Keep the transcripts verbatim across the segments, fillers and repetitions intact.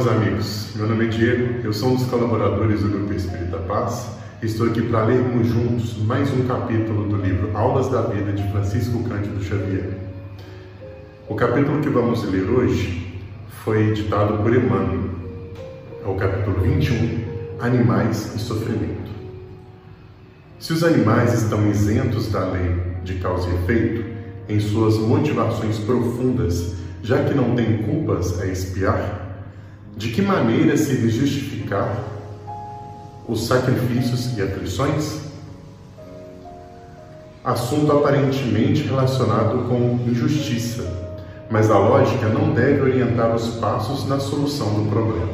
meus amigos, meu nome é Diego, eu sou um dos colaboradores do Grupo Espírita Paz e estou aqui para lermos juntos mais um capítulo do livro Aulas da Vida de Francisco Cândido Xavier. O capítulo que vamos ler hoje foi ditado por Emmanuel, é o capítulo vinte e um, Animais e Sofrimento. Se os animais estão isentos da lei de causa e efeito em suas motivações profundas, já que não têm culpas a expiar, de que maneira se lhes justificar os sacrifícios e aflições? Assunto aparentemente relacionado com injustiça, mas a lógica não deve orientar os passos na solução do problema.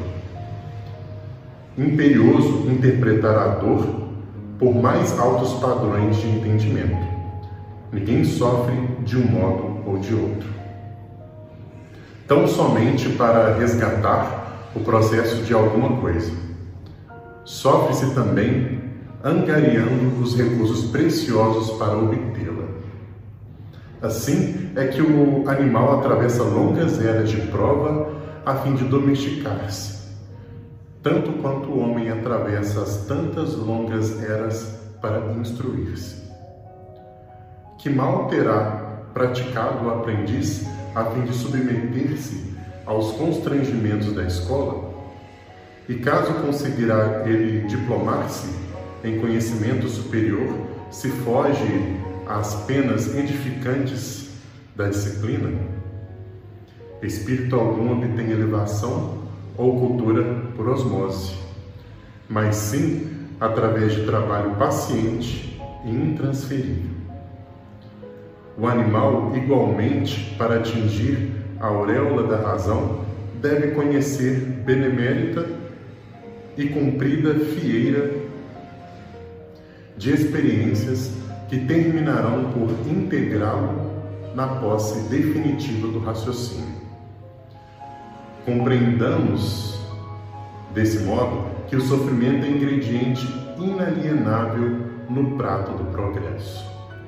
Imperioso interpretar a dor por mais altos padrões de entendimento. Ninguém sofre de um modo ou de outro. Tão somente para resgatar o processo de alguma coisa. Sofre-se também angariando os recursos preciosos para obtê-la. Assim é que o animal atravessa longas eras de prova a fim de domesticar-se, tanto quanto o homem atravessa as tantas longas eras para instruir-se. Que mal terá praticado o aprendiz a fim de submeter-se aos constrangimentos da escola? E caso conseguirá ele diplomar-se em conhecimento superior, se foge às penas edificantes da disciplina? Espírito algum obtém elevação ou cultura por osmose, mas sim através de trabalho paciente e intransferível. O animal, igualmente, para atingir a auréola da razão, deve conhecer benemérita e cumprida fieira de experiências que terminarão por integrá-lo na posse definitiva do raciocínio. Compreendamos, desse modo, que o sofrimento é ingrediente inalienável no prato do progresso.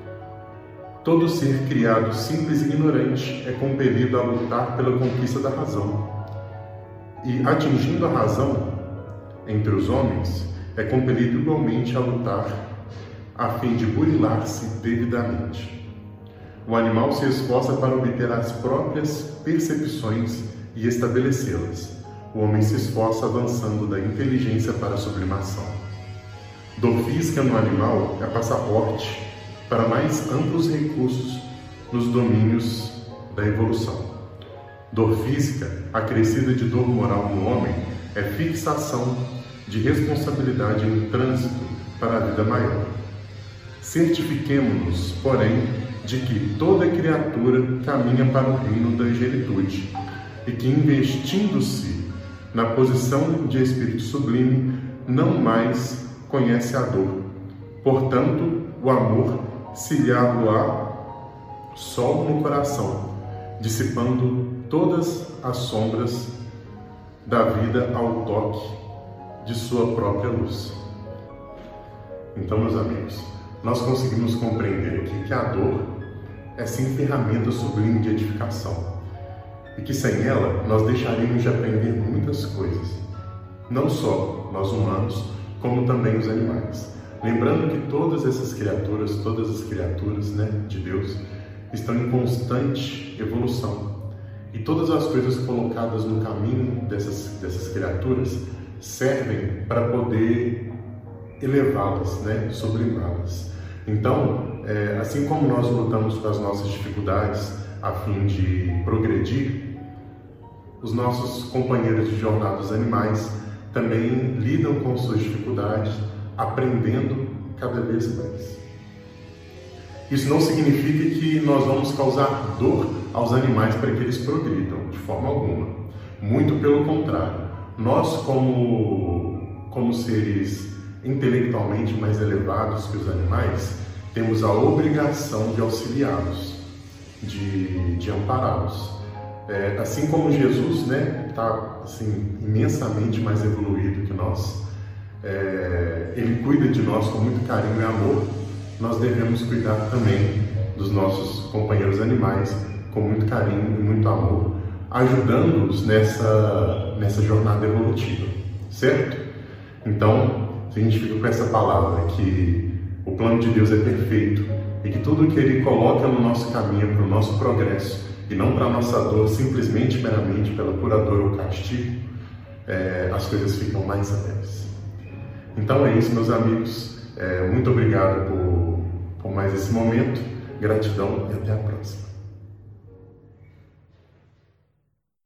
Todo ser criado simples e ignorante é compelido a lutar pela conquista da razão. E, atingindo a razão entre os homens, é compelido igualmente a lutar a fim de burilar-se devidamente. O animal se esforça para obter as próprias percepções e estabelecê-las. O homem se esforça avançando da inteligência para a sublimação. Dor física no animal é passaporte para mais amplos recursos nos domínios da evolução. Dor física, acrescida de dor moral no homem, é fixação de responsabilidade em trânsito para a vida maior. Certifiquemo-nos, porém, de que toda criatura caminha para o reino da angelitude e que, investindo-se na posição de espírito sublime, não mais conhece a dor. Portanto, o amor se lhe á sol no coração, dissipando todas as sombras da vida ao toque de sua própria luz. Então, meus amigos, nós conseguimos compreender aqui que a dor é sim ferramenta sublime de edificação e que sem ela nós deixaríamos de aprender muitas coisas, não só nós humanos, como também os animais. Lembrando que todas essas criaturas, todas as criaturas, né, de Deus, estão em constante evolução. E todas as coisas colocadas no caminho dessas, dessas criaturas servem para poder elevá-las, né, sublimá-las. Então, é, assim como nós lutamos com as nossas dificuldades a fim de progredir, os nossos companheiros de jornada, os animais, também lidam com suas dificuldades, aprendendo cada vez mais. Isso não significa que nós vamos causar dor aos animais para que eles progridam, de forma alguma. Muito pelo contrário. Nós, como, como seres intelectualmente mais elevados que os animais, temos a obrigação de auxiliá-los, de, de ampará-los. É, assim como Jesus, né, está assim, imensamente mais evoluído que nós, é, ele cuida de nós com muito carinho e amor, nós devemos cuidar também dos nossos companheiros animais com muito carinho e muito amor, ajudando-os nessa, nessa jornada evolutiva, certo? Então, se a gente fica com essa palavra que o plano de Deus é perfeito e que tudo que Ele coloca no nosso caminho é para o nosso progresso e não para a nossa dor, simplesmente, meramente pela pura dor ou castigo, é, as coisas ficam mais leves. Então é isso, meus amigos. É, muito obrigado por, por mais esse momento. Gratidão e até a próxima.